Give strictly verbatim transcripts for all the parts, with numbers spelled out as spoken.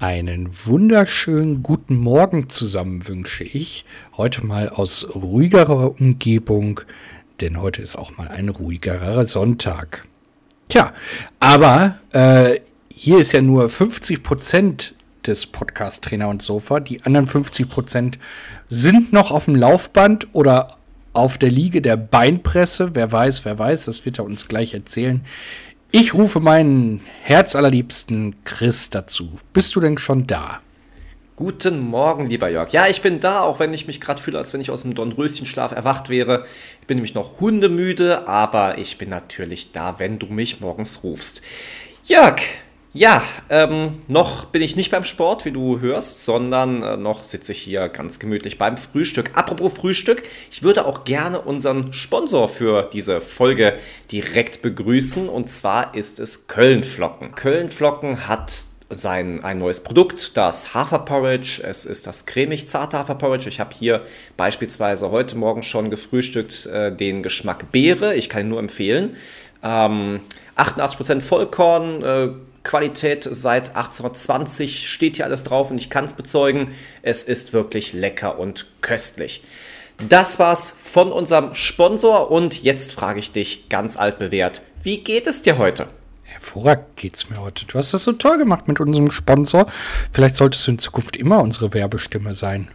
Einen wunderschönen guten Morgen zusammen wünsche ich. Heute mal aus ruhigerer Umgebung, denn heute ist auch mal ein ruhigerer Sonntag. Tja, aber äh, hier ist ja nur fünfzig Prozent des Podcast Trainer und Sofa. Die anderen fünfzig Prozent sind noch auf dem Laufband oder auf der Liege der Beinpresse. Wer weiß, wer weiß, das wird er uns gleich erzählen. Ich rufe meinen herzallerliebsten Chris dazu. Bist du denn schon da? Guten Morgen, lieber Jörg. Ja, ich bin da, auch wenn ich mich gerade fühle, als wenn ich aus dem Dornröschenschlaf erwacht wäre. Ich bin nämlich noch hundemüde, aber ich bin natürlich da, wenn du mich morgens rufst. Jörg, ja, ähm, noch bin ich nicht beim Sport, wie du hörst, sondern äh, noch sitze ich hier ganz gemütlich beim Frühstück. Apropos Frühstück, ich würde auch gerne unseren Sponsor für diese Folge direkt begrüßen, und zwar ist es Köln-Flocken. Köln-Flocken hat sein ein neues Produkt, das Haferporridge. Es ist das cremig-zarte Haferporridge. Ich habe hier beispielsweise heute Morgen schon gefrühstückt äh, den Geschmack Beere. Ich kann ihn nur empfehlen. Ähm, achtundachtzig Prozent Vollkorn, äh, Qualität seit achtzehnhundertzwanzig steht hier alles drauf und ich kann es bezeugen, es ist wirklich lecker und köstlich. Das war's von unserem Sponsor und jetzt frage ich dich ganz altbewährt, wie geht es dir heute? Hervorragend geht's mir heute. Du hast das so toll gemacht mit unserem Sponsor. Vielleicht solltest du in Zukunft immer unsere Werbestimme sein.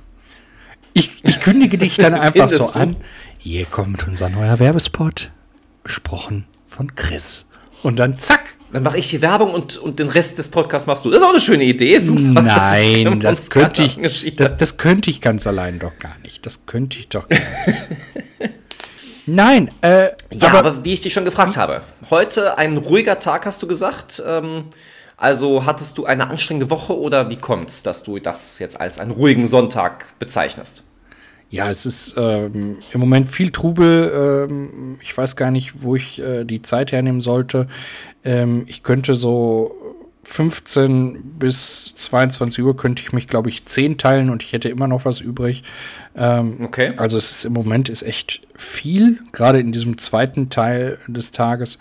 Ich, ich kündige dich dann einfach so an. Hier kommt unser neuer Werbespot. Gesprochen von Chris. Und dann zack. Dann mache ich die Werbung und, und den Rest des Podcasts machst du. Das ist auch eine schöne Idee. Super. Nein, das könnte, ich, das, das könnte ich ganz allein doch gar nicht. Das könnte ich doch gar nicht. Nein. Äh, ja, aber, aber wie ich dich schon gefragt habe. Heute ein ruhiger Tag, hast du gesagt. Ähm, also hattest du eine anstrengende Woche oder wie kommt es, dass du das jetzt als einen ruhigen Sonntag bezeichnest? Ja, es ist ähm, im Moment viel Trubel. Ähm, ich weiß gar nicht, wo ich äh, die Zeit hernehmen sollte. Ähm, ich könnte so fünfzehn bis zweiundzwanzig Uhr könnte ich mich, glaube ich, zehn teilen und ich hätte immer noch was übrig. Ähm, okay. Also es ist im Moment ist echt viel, gerade in diesem zweiten Teil des Tages.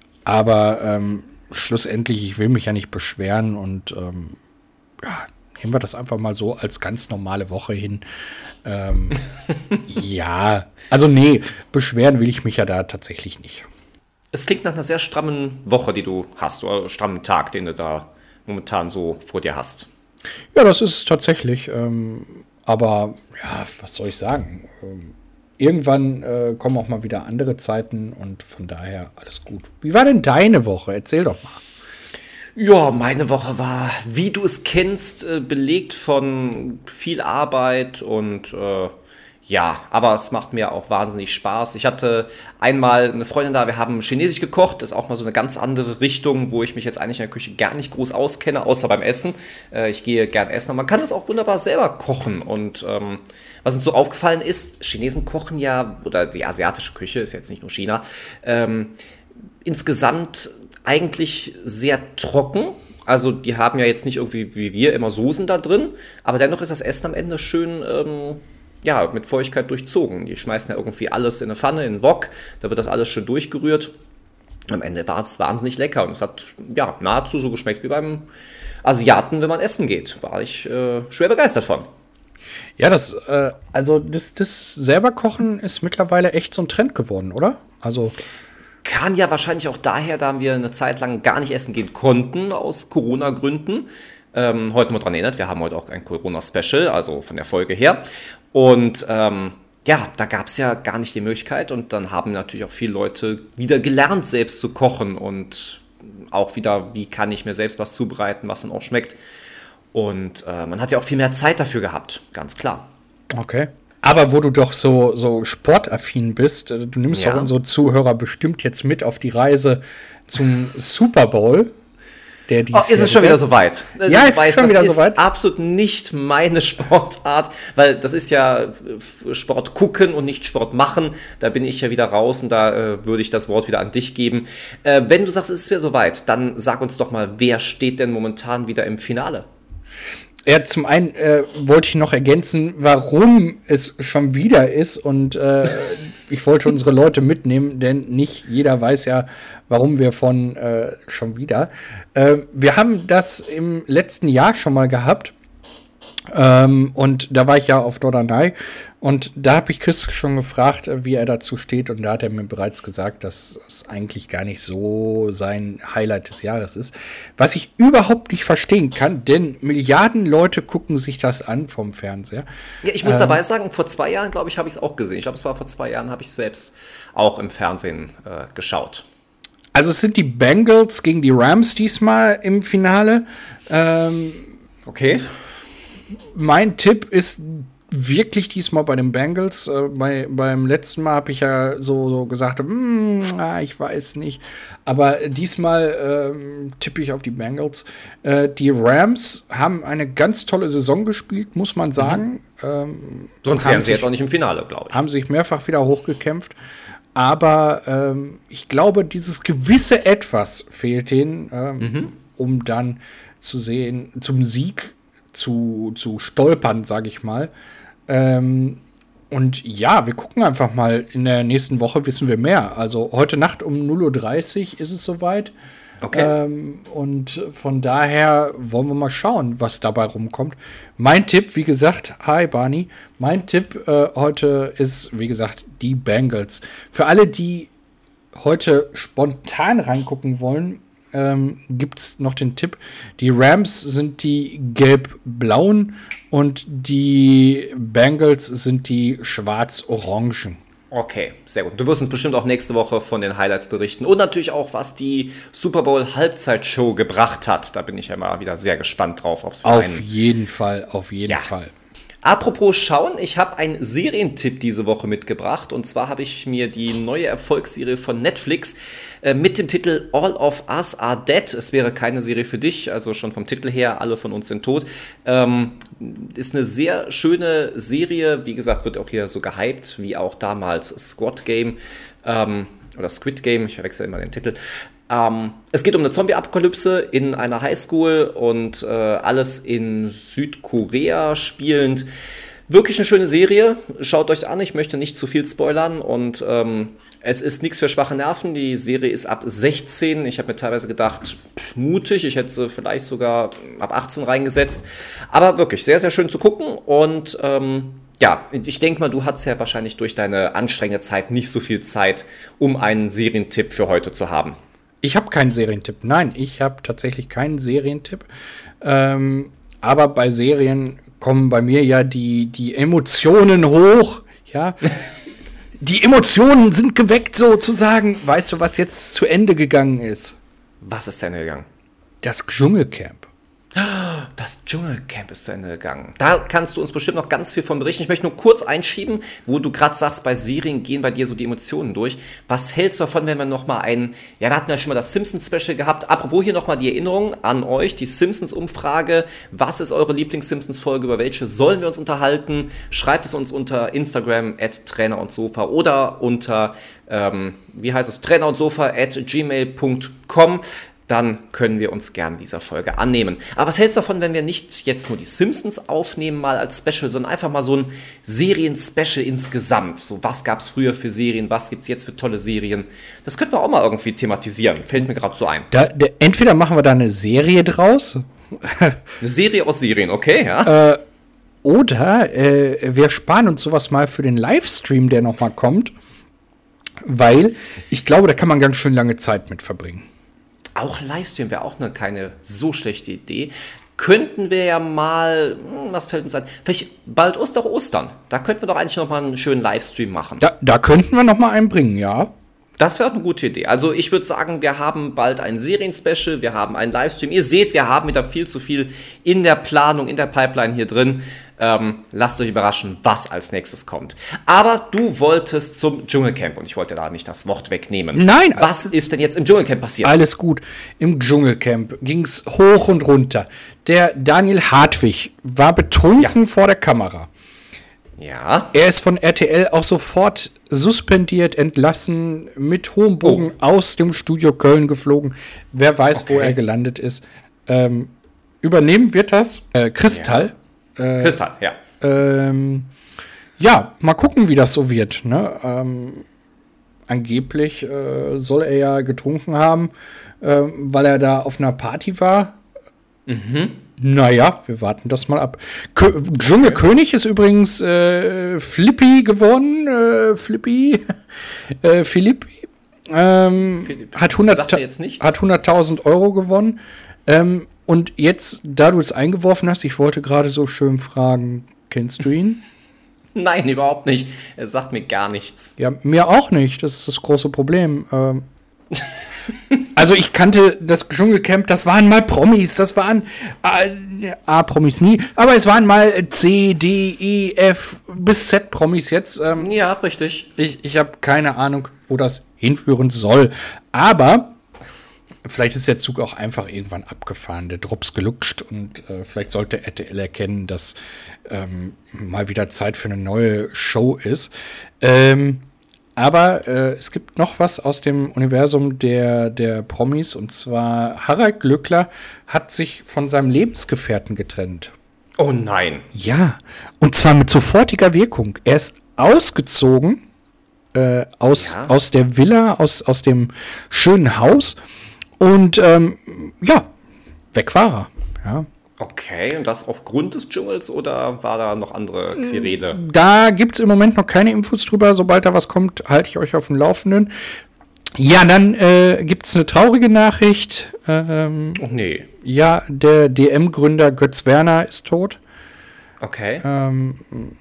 Aber ähm, schlussendlich, ich will mich ja nicht beschweren und ähm, ja, nehmen wir das einfach mal so als ganz normale Woche hin. Ähm, ja, also nee, beschweren will ich mich ja da tatsächlich nicht. Es klingt nach einer sehr strammen Woche, die du hast, oder strammen Tag, den du da momentan so vor dir hast. Ja, das ist es tatsächlich. Ähm, aber ja, was soll ich sagen? Ähm, irgendwann äh, kommen auch mal wieder andere Zeiten und von daher alles gut. Wie war denn deine Woche? Erzähl doch mal. Ja, meine Woche war, wie du es kennst, belegt von viel Arbeit und äh, ja, aber es macht mir auch wahnsinnig Spaß. Ich hatte einmal eine Freundin da, wir haben Chinesisch gekocht, das ist auch mal so eine ganz andere Richtung, wo ich mich jetzt eigentlich in der Küche gar nicht groß auskenne, außer beim Essen. Äh, ich gehe gern essen, aber man kann das auch wunderbar selber kochen und ähm, was uns so aufgefallen ist, Chinesen kochen ja, oder die asiatische Küche, ist jetzt nicht nur China, ähm, insgesamt eigentlich sehr trocken, also die haben ja jetzt nicht irgendwie wie wir immer Soßen da drin, aber dennoch ist das Essen am Ende schön ähm, ja, mit Feuchtigkeit durchzogen. Die schmeißen ja irgendwie alles in eine Pfanne, in einen Wok, da wird das alles schön durchgerührt. Am Ende war es wahnsinnig lecker und es hat ja nahezu so geschmeckt wie beim Asiaten, wenn man essen geht. War ich äh, schwer begeistert von. Ja, das, äh, also das, das selber Kochen ist mittlerweile echt so ein Trend geworden, oder? Also kam ja wahrscheinlich auch daher, da wir eine Zeit lang gar nicht essen gehen konnten, aus Corona-Gründen. Ähm, heute mal dran erinnert, wir haben heute auch ein Corona-Special, also von der Folge her. Und ähm, ja, da gab es ja gar nicht die Möglichkeit und dann haben natürlich auch viele Leute wieder gelernt, selbst zu kochen und auch wieder, wie kann ich mir selbst was zubereiten, was dann auch schmeckt. Und äh, man hat ja auch viel mehr Zeit dafür gehabt, ganz klar. Okay. Aber wo du doch so, so sportaffin bist, du nimmst ja. doch unsere Zuhörer bestimmt jetzt mit auf die Reise zum Super Bowl. Der oh, ist es schon wieder soweit? Ja, du ist weißt, schon wieder das soweit. ist absolut nicht meine Sportart, weil das ist ja Sport gucken und nicht Sport machen. Da bin ich ja wieder raus und da äh, würde ich das Wort wieder an dich geben. Äh, wenn du sagst, es ist wieder soweit, dann sag uns doch mal, wer steht denn momentan wieder im Finale? Ja, zum einen äh, wollte ich noch ergänzen, warum es schon wieder ist. Und äh, ich wollte unsere Leute mitnehmen, denn nicht jeder weiß ja, warum wir von äh, schon wieder. Äh, wir haben das im letzten Jahr schon mal gehabt. Ähm, und da war ich ja auf Norderney. Und da habe ich Chris schon gefragt, wie er dazu steht. Und da hat er mir bereits gesagt, dass es eigentlich gar nicht so sein Highlight des Jahres ist. Was ich überhaupt nicht verstehen kann, denn Milliarden Leute gucken sich das an vom Fernseher. Ja, ich muss ähm, dabei sagen, vor zwei Jahren, glaube ich, habe ich es auch gesehen. Ich glaube, es war vor zwei Jahren, habe ich selbst auch im Fernsehen äh, geschaut. Also es sind die Bengals gegen die Rams diesmal im Finale. Ähm, okay. Mein Tipp ist wirklich diesmal bei den Bengals. Äh, bei, beim letzten Mal habe ich ja so, so gesagt, ah, ich weiß nicht. Aber diesmal ähm, tippe ich auf die Bengals. Äh, die Rams haben eine ganz tolle Saison gespielt, muss man sagen. Mhm. Ähm, Sonst wären sie jetzt auch nicht im Finale, glaube ich. Haben sich mehrfach wieder hochgekämpft. Aber ähm, ich glaube, dieses gewisse Etwas fehlt ihnen, ähm, mhm. um dann zu sehen, zum Sieg zu, zu stolpern, sage ich mal. Ähm, und ja, wir gucken einfach mal. In der nächsten Woche wissen wir mehr. Also heute Nacht um null Uhr dreißig ist es soweit. Okay. Ähm, und von daher wollen wir mal schauen, was dabei rumkommt. Mein Tipp, wie gesagt, hi Barney, mein Tipp äh, heute ist, wie gesagt, die Bengals. Für alle, die heute spontan reingucken wollen, ähm, gibt es noch den Tipp, die Rams sind die gelb-blauen und die Bengals sind die schwarz-orangen. Okay, sehr gut. Du wirst uns bestimmt auch nächste Woche von den Highlights berichten und natürlich auch, was die Super Bowl Halbzeitshow gebracht hat. Da bin ich ja mal wieder sehr gespannt drauf. Ob's auf einen jeden Fall, auf jeden ja. Fall. Apropos schauen, ich habe einen Serientipp diese Woche mitgebracht. Und zwar habe ich mir die neue Erfolgsserie von Netflix äh, mit dem Titel All of Us Are Dead. Es wäre keine Serie für dich, also schon vom Titel her, alle von uns sind tot. Ähm, ist eine sehr schöne Serie. Wie gesagt, wird auch hier so gehypt, wie auch damals Squad Game ähm, oder Squid Game. Ich verwechsel immer den Titel. Ähm, es geht um eine Zombie-Apokalypse in einer Highschool und äh, alles in Südkorea spielend. Wirklich eine schöne Serie. Schaut euch an, ich möchte nicht zu viel spoilern und ähm, es ist nichts für schwache Nerven. Die Serie ist ab sechzehn. Ich habe mir teilweise gedacht, mutig, ich hätte sie vielleicht sogar ab achtzehn reingesetzt. Aber wirklich sehr, sehr schön zu gucken und ähm, ja, ich denke mal, du hattest ja wahrscheinlich durch deine anstrengende Zeit nicht so viel Zeit, um einen Serientipp für heute zu haben. Ich habe keinen Serientipp. Nein, ich habe tatsächlich keinen Serientipp. Ähm, aber bei Serien kommen bei mir ja die, die Emotionen hoch. Ja, die Emotionen sind geweckt sozusagen. Weißt du, was jetzt zu Ende gegangen ist? Was ist zu Ende gegangen? Das Dschungelcamp. Das Dschungelcamp ist zu Ende gegangen. Da kannst du uns bestimmt noch ganz viel von berichten. Ich möchte nur kurz einschieben, wo du gerade sagst, bei Serien gehen bei dir so die Emotionen durch. Was hältst du davon, wenn wir noch mal ein, ja, wir hatten ja schon mal das Simpsons-Special gehabt. Apropos hier noch mal die Erinnerung an euch, die Simpsons-Umfrage. Was ist eure Lieblings-Simpsons-Folge? Über welche sollen wir uns unterhalten? Schreibt es uns unter Instagram at Trainer und Sofa oder unter, ähm, wie heißt es, Trainer und Sofa at gmail punkt com. Dann können wir uns gerne dieser Folge annehmen. Aber was hältst du davon, wenn wir nicht jetzt nur die Simpsons aufnehmen, mal als Special, sondern einfach mal so ein Serien-Special insgesamt? So, was gab es früher für Serien, was gibt es jetzt für tolle Serien? Das könnten wir auch mal irgendwie thematisieren, fällt mir gerade so ein. Da, da, entweder machen wir da eine Serie draus. Eine Serie aus Serien, okay, ja. Äh, oder äh, wir sparen uns sowas mal für den Livestream, der noch mal kommt. Weil ich glaube, da kann man ganz schön lange Zeit mit verbringen. Auch Livestream wäre auch eine keine so schlechte Idee. Könnten wir ja mal, hm, was fällt uns ein? Vielleicht bald ist doch Ostern. Da könnten wir doch eigentlich noch mal einen schönen Livestream machen. Da, da könnten wir noch mal einen bringen, ja. Das wäre auch eine gute Idee. Also ich würde sagen, wir haben bald ein Serien-Special, wir haben einen Livestream. Ihr seht, wir haben wieder viel zu viel in der Planung, in der Pipeline hier drin. Ähm, lasst euch überraschen, was als nächstes kommt. Aber du wolltest zum Dschungelcamp und ich wollte da nicht das Wort wegnehmen. Nein. Was ist denn jetzt im Dschungelcamp passiert? Alles gut. Im Dschungelcamp ging es hoch und runter. Der Daniel Hartwig war betrunken ja. vor der Kamera. Ja. Er ist von R T L auch sofort suspendiert, entlassen, mit hohem Bogen oh. aus dem Studio Köln geflogen. Wer weiß, okay. wo er gelandet ist. Ähm, übernehmen wird das äh, Kristall. Ja. Äh, Kristall, ja. Ähm, ja, mal gucken, wie das so wird. Ne? Ähm, angeblich äh, soll er ja getrunken haben, äh, weil er da auf einer Party war. Mhm. Naja, wir warten das mal ab. Kö- Dschungelkönig ist übrigens äh, Flippy geworden. Äh, Flippy. äh, Philippi. Ähm, Philipp, hat hundert sagt mir jetzt nichts. hat hunderttausend Euro gewonnen. Ähm, und jetzt, da du es eingeworfen hast, ich wollte gerade so schön fragen, kennst du ihn? Nein, überhaupt nicht. Er sagt mir gar nichts. Ja, mir auch nicht. Das ist das große Problem. Ähm, also ich kannte das Dschungelcamp, das waren mal Promis, das waren äh, A, Promis nie, aber es waren mal C, D, E, F bis Z Promis jetzt. Ähm, Ja, richtig. ich ich habe keine Ahnung, wo das hinführen soll. Aber vielleicht ist der Zug auch einfach irgendwann abgefahren, der Drops gelutscht und äh, vielleicht sollte R T L erkennen, dass ähm, mal wieder Zeit für eine neue Show ist. Ähm, aber äh, es gibt noch was aus dem Universum der, der Promis, und zwar Harald Glöckler hat sich von seinem Lebensgefährten getrennt. Oh nein. Ja, und zwar mit sofortiger Wirkung. Er ist ausgezogen äh, aus, Ja. aus der Villa, aus, aus dem schönen Haus. Und ähm, ja, weg war er. Ja. Okay, und das aufgrund des Dschungels oder war da noch andere Querede? Da gibt es im Moment noch keine Infos drüber. Sobald da was kommt, halte ich euch auf dem Laufenden. Ja, dann äh, gibt es eine traurige Nachricht. Ähm, Oh nee. ja, der D M-Gründer Götz Werner ist tot. Okay. Ähm,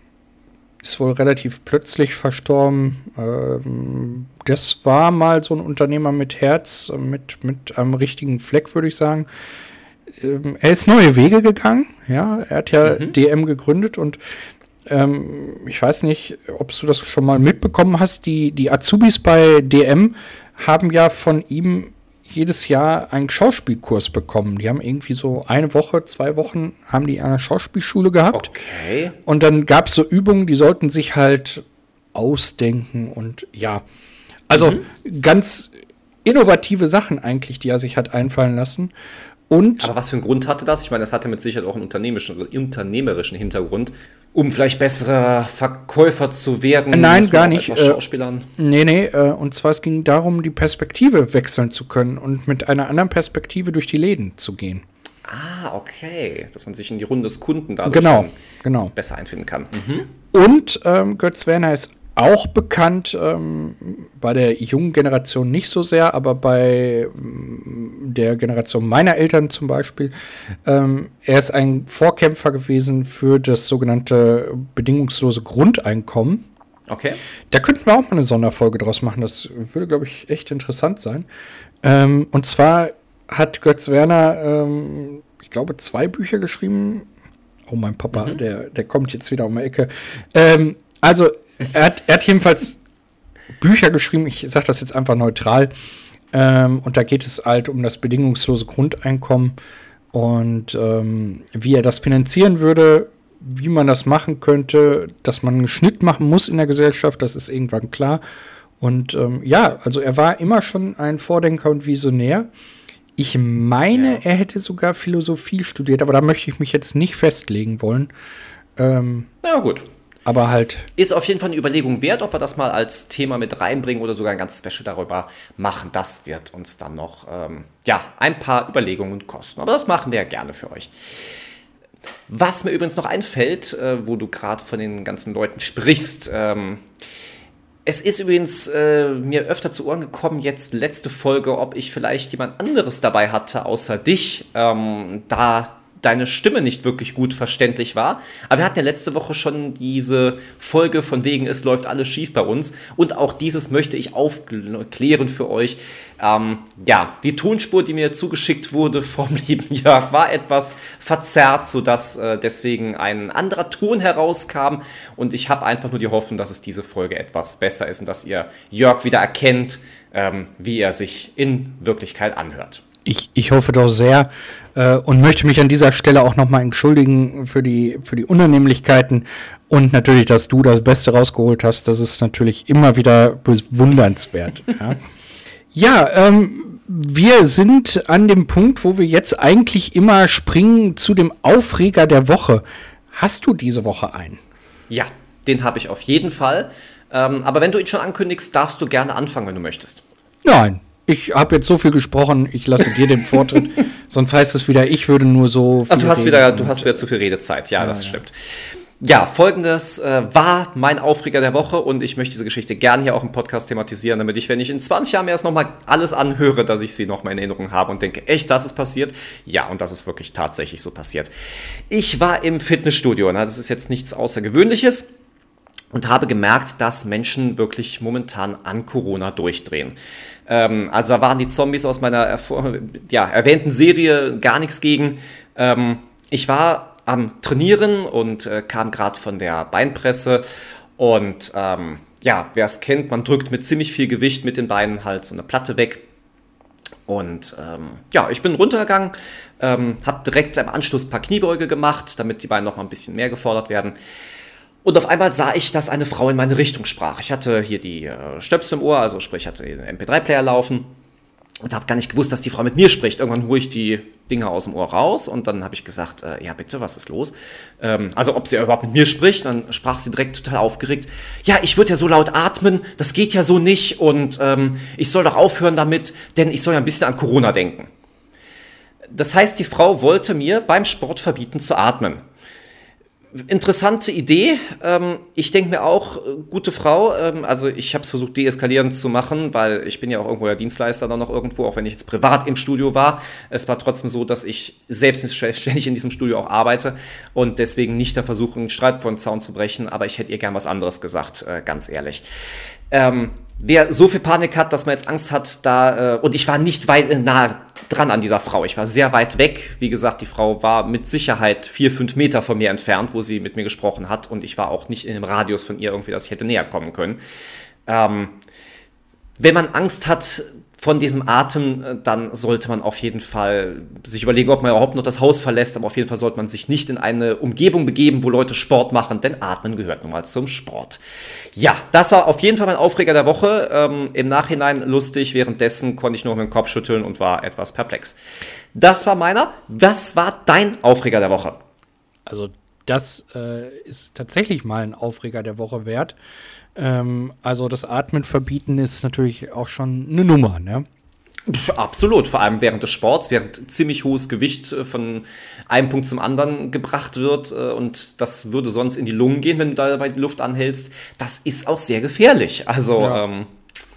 ist wohl relativ plötzlich verstorben. Ähm, das war mal so ein Unternehmer mit Herz, mit, mit einem richtigen Fleck, würde ich sagen. Ähm, er ist neue Wege gegangen. Ja, er hat ja Mhm. D M gegründet und ähm, ich weiß nicht, ob du das schon mal mitbekommen hast. Die, die Azubis bei D M haben ja von ihm jedes Jahr einen Schauspielkurs bekommen. Die haben irgendwie so eine Woche, zwei Wochen haben die an einer Schauspielschule gehabt. Okay. Und dann gab es so Übungen, die sollten sich halt ausdenken und ja. Also ganz innovative Sachen eigentlich, die er sich hat einfallen lassen. Und Aber was für einen Grund hatte das? Ich meine, das hatte mit Sicherheit auch einen unternehmerischen, unternehmerischen Hintergrund, um vielleicht bessere Verkäufer zu werden. Nein, muss man gar auch nicht, etwas äh, Schauspielern. nee, nee, äh, und zwar es ging darum, die Perspektive wechseln zu können und mit einer anderen Perspektive durch die Läden zu gehen. Ah, okay. Dass man sich in die Runde des Kunden dadurch Genau, dann genau. besser einfinden kann. Mhm. Und ähm, Götz Werner ist auch bekannt, ähm, bei der jungen Generation nicht so sehr, aber bei ähm, der Generation meiner Eltern zum Beispiel. Ähm, er ist ein Vorkämpfer gewesen für das sogenannte bedingungslose Grundeinkommen. Okay. Da könnten wir auch mal eine Sonderfolge draus machen. Das würde, glaube ich, echt interessant sein. Ähm, und zwar hat Götz Werner, ähm, ich glaube, zwei Bücher geschrieben. Oh, mein Papa, Mhm. der, der kommt jetzt wieder um die Ecke. Ähm, also, er hat, er hat jedenfalls Bücher geschrieben. Ich sage das jetzt einfach neutral. Ähm, und da geht es halt um das bedingungslose Grundeinkommen und ähm, wie er das finanzieren würde, wie man das machen könnte, dass man einen Schnitt machen muss in der Gesellschaft, das ist irgendwann klar. Und ähm, ja, also er war immer schon ein Vordenker und Visionär. Ich meine, Ja. er hätte sogar Philosophie studiert, aber da möchte ich mich jetzt nicht festlegen wollen. Ähm, Na gut. aber halt, Ist auf jeden Fall eine Überlegung wert, ob wir das mal als Thema mit reinbringen oder sogar ein ganzes Special darüber machen. Das wird uns dann noch ähm, ja, ein paar Überlegungen kosten. Aber das machen wir ja gerne für euch. Was mir übrigens noch einfällt, äh, wo du gerade von den ganzen Leuten sprichst, ähm, es ist übrigens äh, mir öfter zu Ohren gekommen, jetzt letzte Folge, ob ich vielleicht jemand anderes dabei hatte, außer dich, ähm, da deine Stimme nicht wirklich gut verständlich war. Aber wir hatten ja letzte Woche schon diese Folge von wegen, es läuft alles schief bei uns. Und auch dieses möchte ich aufklären für euch. Ähm, ja, die Tonspur, die mir zugeschickt wurde vom lieben Jörg, war etwas verzerrt, sodass äh, deswegen ein anderer Ton herauskam. Und ich habe einfach nur die Hoffnung, dass es diese Folge etwas besser ist und dass ihr Jörg wieder erkennt, ähm, wie er sich in Wirklichkeit anhört. Ich, ich hoffe doch sehr äh, und möchte mich an dieser Stelle auch nochmal entschuldigen für die, für die Unannehmlichkeiten und natürlich, dass du das Beste rausgeholt hast. Das ist natürlich immer wieder bewundernswert. ja, ja ähm, wir sind an dem Punkt, wo wir jetzt eigentlich immer springen zu dem Aufreger der Woche. Hast du diese Woche einen? Ja, den habe ich auf jeden Fall. Ähm, aber wenn du ihn schon ankündigst, darfst du gerne anfangen, wenn du möchtest. Nein, ich habe jetzt so viel gesprochen, ich lasse dir den Vortritt. Sonst heißt es wieder, ich würde nur so viel Ach, du hast reden wieder, du hast wieder zu viel Redezeit. Ja, Ja, das ja. stimmt. Ja, folgendes äh, war mein Aufreger der Woche und ich möchte diese Geschichte gerne hier auch im Podcast thematisieren, damit ich, wenn ich in zwanzig Jahren mir erst nochmal alles anhöre, dass ich sie nochmal in Erinnerung habe und denke, echt, das ist passiert? Ja, und das ist wirklich tatsächlich so passiert. Ich war im Fitnessstudio, na, das ist jetzt nichts Außergewöhnliches, und habe gemerkt, dass Menschen wirklich momentan an Corona durchdrehen. Ähm, also da waren die Zombies aus meiner ervor- ja, erwähnten Serie gar nichts gegen. Ähm, ich war am Trainieren und äh, kam gerade von der Beinpresse und ähm, ja, wer es kennt, man drückt mit ziemlich viel Gewicht mit den Beinen halt so eine Platte weg. Und ähm, ja, ich bin runtergegangen, ähm, habe direkt im Anschluss ein paar Kniebeuge gemacht, damit die Beine noch mal ein bisschen mehr gefordert werden. Und auf einmal sah ich, dass eine Frau in meine Richtung sprach. Ich hatte hier die äh, Stöpsel im Ohr, also sprich, hatte den M P drei Player laufen und habe gar nicht gewusst, dass die Frau mit mir spricht. Irgendwann hole ich die Dinger aus dem Ohr raus und dann habe ich gesagt, äh, ja bitte, was ist los? Ähm, also ob sie überhaupt mit mir spricht. Dann sprach sie direkt total aufgeregt. Ja, ich würde ja so laut atmen, das geht ja so nicht und ähm, ich soll doch aufhören damit, denn ich soll ja ein bisschen an Corona denken. Das heißt, die Frau wollte mir beim Sport verbieten zu atmen. Interessante Idee. Ähm, ich denke mir auch, äh, gute Frau, ähm, also ich habe es versucht deeskalierend zu machen, weil ich bin ja auch irgendwo der Dienstleister dann noch irgendwo, auch wenn ich jetzt privat im Studio war. Es war trotzdem so, dass ich selbst nicht ständig in diesem Studio auch arbeite und deswegen nicht da versuche, einen Streit vor den Zaun zu brechen, aber ich hätte ihr gern was anderes gesagt, äh, ganz ehrlich. Ähm, wer so viel Panik hat, dass man jetzt Angst hat, da, äh, und ich war nicht weit äh, nah dran an dieser Frau, ich war sehr weit weg, wie gesagt, die Frau war mit Sicherheit vier, fünf Meter von mir entfernt, wo sie mit mir gesprochen hat und ich war auch nicht in dem Radius von ihr irgendwie, dass ich hätte näher kommen können. Ähm, wenn man Angst hat von diesem Atem, äh, dann sollte man auf jeden Fall sich überlegen, ob man überhaupt noch das Haus verlässt, aber auf jeden Fall sollte man sich nicht in eine Umgebung begeben, wo Leute Sport machen, denn Atmen gehört nun mal zum Sport. Ja, das war auf jeden Fall mein Aufreger der Woche. Ähm, im Nachhinein lustig, währenddessen konnte ich nur mit dem Kopf schütteln und war etwas perplex. Das war meiner. Was war dein Aufreger der Woche? Also das äh, ist tatsächlich mal ein Aufreger der Woche wert. Ähm, also das Atmen verbieten ist natürlich auch schon eine Nummer, ne? Pff, absolut, vor allem während des Sports, während ziemlich hohes Gewicht äh, von einem Punkt zum anderen gebracht wird äh, und das würde sonst in die Lungen gehen, wenn du dabei die Luft anhältst. Das ist auch sehr gefährlich. Also Ja. ähm,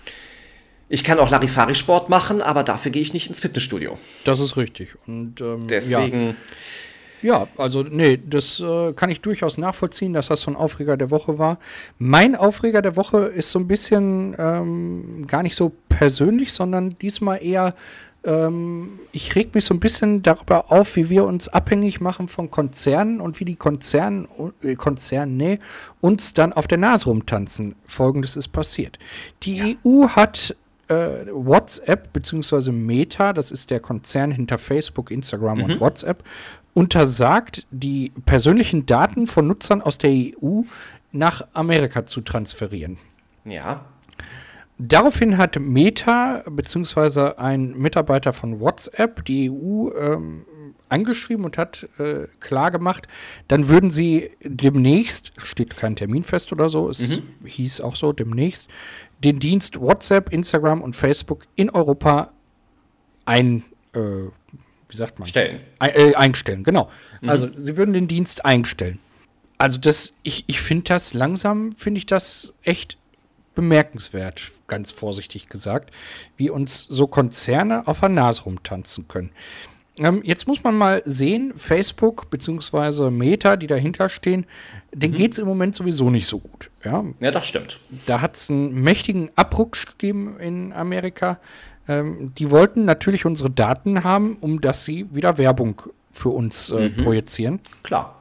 ich kann auch Larifari-Sport machen, aber dafür gehe ich nicht ins Fitnessstudio. Das ist richtig. Und ähm, Deswegen... ja. Ja, also nee, das äh, kann ich durchaus nachvollziehen, dass das so ein Aufreger der Woche war. Mein Aufreger der Woche ist so ein bisschen ähm, gar nicht so persönlich, sondern diesmal eher, ähm, ich reg mich so ein bisschen darüber auf, wie wir uns abhängig machen von Konzernen und wie die Konzern, äh, Konzerne nee, uns dann auf der Nase rumtanzen. Folgendes ist passiert. Die Ja. E U hat äh, WhatsApp bzw. Meta, das ist der Konzern hinter Facebook, Instagram und WhatsApp, untersagt, die persönlichen Daten von Nutzern aus der E U nach Amerika zu transferieren. Ja, Daraufhin hat Meta bzw. ein Mitarbeiter von WhatsApp die E U ähm, angeschrieben und hat äh, klargemacht, dann würden sie demnächst, steht kein Termin fest oder so, es hieß auch so, demnächst, den Dienst WhatsApp, Instagram und Facebook in Europa ein, äh, wie sagt man? stellen. Ein, äh, einstellen, genau. Also sie würden den Dienst einstellen. Also das, ich, ich finde das langsam, finde ich das echt bemerkenswert, ganz vorsichtig gesagt, wie uns so Konzerne auf der Nase rumtanzen können. Ähm, jetzt muss man mal sehen, Facebook bzw. Meta, die dahinter stehen, denen geht es im Moment sowieso nicht so gut. Ja? Ja, das stimmt. Da hat es einen mächtigen Abruck gegeben in Amerika. Ähm, die wollten natürlich unsere Daten haben, um dass sie wieder Werbung für uns äh, projizieren. Klar.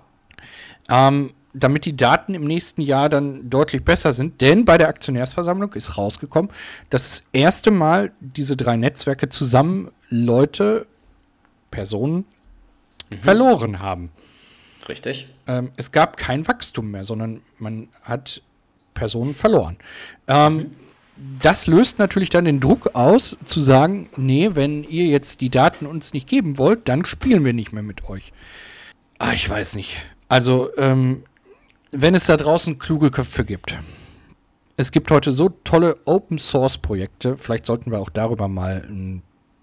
Ähm, damit die Daten im nächsten Jahr dann deutlich besser sind. Denn bei der Aktionärsversammlung ist rausgekommen, dass das erste Mal diese drei Netzwerke zusammen Leute, Personen verloren haben. Richtig. Ähm, es gab kein Wachstum mehr, sondern man hat Personen verloren. Ähm, das löst natürlich dann den Druck aus, zu sagen, nee, wenn ihr jetzt die Daten uns nicht geben wollt, dann spielen wir nicht mehr mit euch. Ah, ich weiß nicht. Also, ähm, wenn es da draußen kluge Köpfe gibt. Es gibt heute so tolle Open-Source-Projekte, vielleicht sollten wir auch darüber mal einen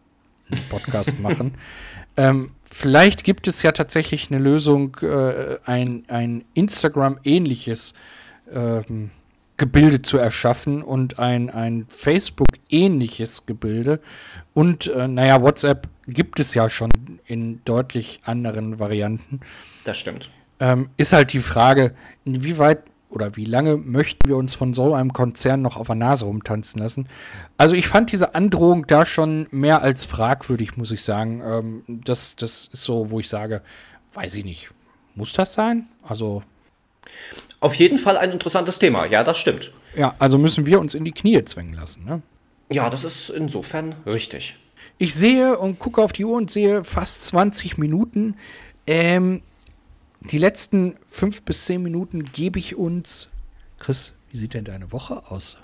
Podcast machen. Ähm, vielleicht gibt es ja tatsächlich eine Lösung, äh, ein, ein Instagram-ähnliches ähm, Gebilde zu erschaffen und ein, ein Facebook-ähnliches Gebilde. Und äh, naja, WhatsApp gibt es ja schon in deutlich anderen Varianten. Das stimmt. Ähm, ist halt die Frage, inwieweit oder wie lange möchten wir uns von so einem Konzern noch auf der Nase rumtanzen lassen? Also ich fand diese Androhung da schon mehr als fragwürdig, muss ich sagen. Ähm, das, das ist so, wo ich sage, weiß ich nicht, muss das sein? Also auf jeden Fall ein interessantes Thema, ja, das stimmt. Ja, also müssen wir uns in die Knie zwängen lassen, ne? Ja, das ist insofern richtig. Ich sehe und gucke auf die Uhr und sehe fast zwanzig Minuten. Ähm, die letzten fünf bis zehn Minuten gebe ich uns. Chris, wie sieht denn deine Woche aus?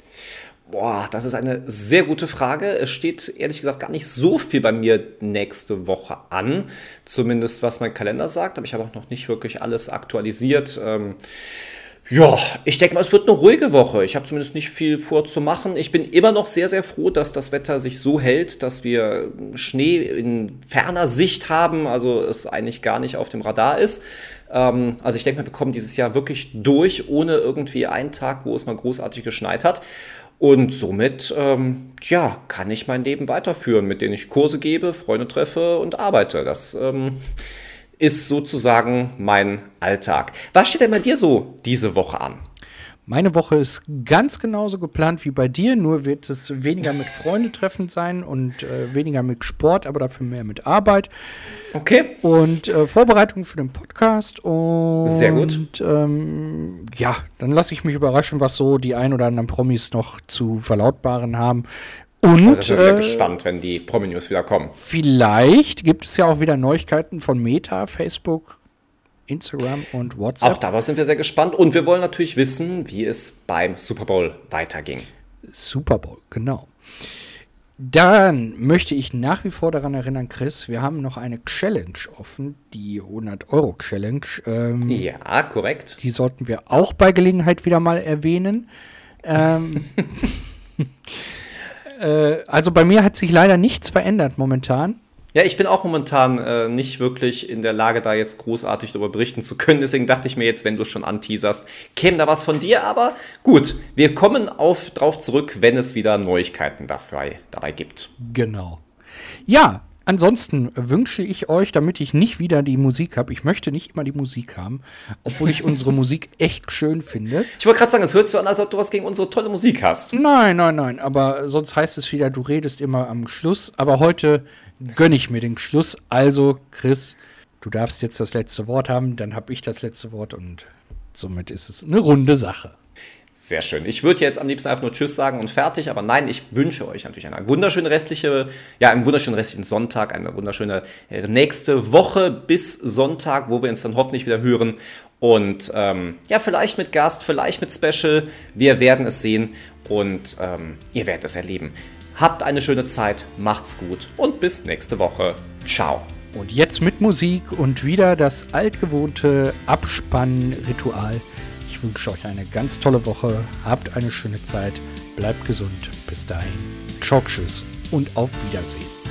Boah, das ist eine sehr gute Frage. Es steht ehrlich gesagt gar nicht so viel bei mir nächste Woche an. Zumindest was mein Kalender sagt. Aber ich habe auch noch nicht wirklich alles aktualisiert. Ähm, ja, ich denke mal, es wird eine ruhige Woche. Ich habe zumindest nicht viel vor zu machen. Ich bin immer noch sehr, sehr froh, dass das Wetter sich so hält, dass wir Schnee in ferner Sicht haben. Also es eigentlich gar nicht auf dem Radar ist. Ähm, also ich denke mal, wir kommen dieses Jahr wirklich durch, ohne irgendwie einen Tag, wo es mal großartig geschneit hat. Und somit, ähm, ja, kann ich mein Leben weiterführen, mit denen ich Kurse gebe, Freunde treffe und arbeite. Das ähm, ist sozusagen mein Alltag. Was steht denn bei dir so diese Woche an? Meine Woche ist ganz genauso geplant wie bei dir, nur wird es weniger mit Freunde treffen sein und äh, weniger mit Sport, aber dafür mehr mit Arbeit. Okay. Und äh, Vorbereitung für den Podcast. Und, sehr gut. Und ähm, ja, dann lasse ich mich überraschen, was so die ein oder anderen Promis noch zu verlautbaren haben. Und also ich bin äh, gespannt, wenn die Promi-News wieder kommen. Vielleicht gibt es ja auch wieder Neuigkeiten von Meta, Facebook, Instagram und WhatsApp. Auch dabei sind wir sehr gespannt und wir wollen natürlich wissen, wie es beim Super Bowl weiterging. Super Bowl, genau. Dann möchte ich nach wie vor daran erinnern, Chris, wir haben noch eine Challenge offen, die hundert-Euro-Challenge. Ähm, ja, korrekt. Die sollten wir auch bei Gelegenheit wieder mal erwähnen. Ähm, äh, also bei mir hat sich leider nichts verändert momentan. Ja, ich bin auch momentan äh, nicht wirklich in der Lage, da jetzt großartig darüber berichten zu können. Deswegen dachte ich mir jetzt, wenn du es schon anteaserst, käme da was von dir. Aber gut, wir kommen auf, drauf zurück, wenn es wieder Neuigkeiten dabei, dabei gibt. Genau. Ja, ansonsten wünsche ich euch, damit ich nicht wieder die Musik habe, ich möchte nicht immer die Musik haben, obwohl ich unsere Musik echt schön finde. Ich wollte gerade sagen, es hört so an, als ob du was gegen unsere tolle Musik hast. Nein, nein, nein, aber sonst heißt es wieder, du redest immer am Schluss. Aber heute gönne ich mir den Schluss. Also, Chris, du darfst jetzt das letzte Wort haben, dann habe ich das letzte Wort und somit ist es eine runde Sache. Sehr schön. Ich würde jetzt am liebsten einfach nur Tschüss sagen und fertig, aber nein, ich wünsche euch natürlich eine wunderschöne restliche, ja, einen wunderschönen restlichen Sonntag, eine wunderschöne nächste Woche bis Sonntag, wo wir uns dann hoffentlich wieder hören und ähm, ja, vielleicht mit Gast, vielleicht mit Special. Wir werden es sehen und ähm, ihr werdet es erleben. Habt eine schöne Zeit, macht's gut und bis nächste Woche. Ciao. Und jetzt mit Musik und wieder das altgewohnte Abspannritual. Ich wünsche euch eine ganz tolle Woche, habt eine schöne Zeit, bleibt gesund. Bis dahin, ciao, tschüss und auf Wiedersehen.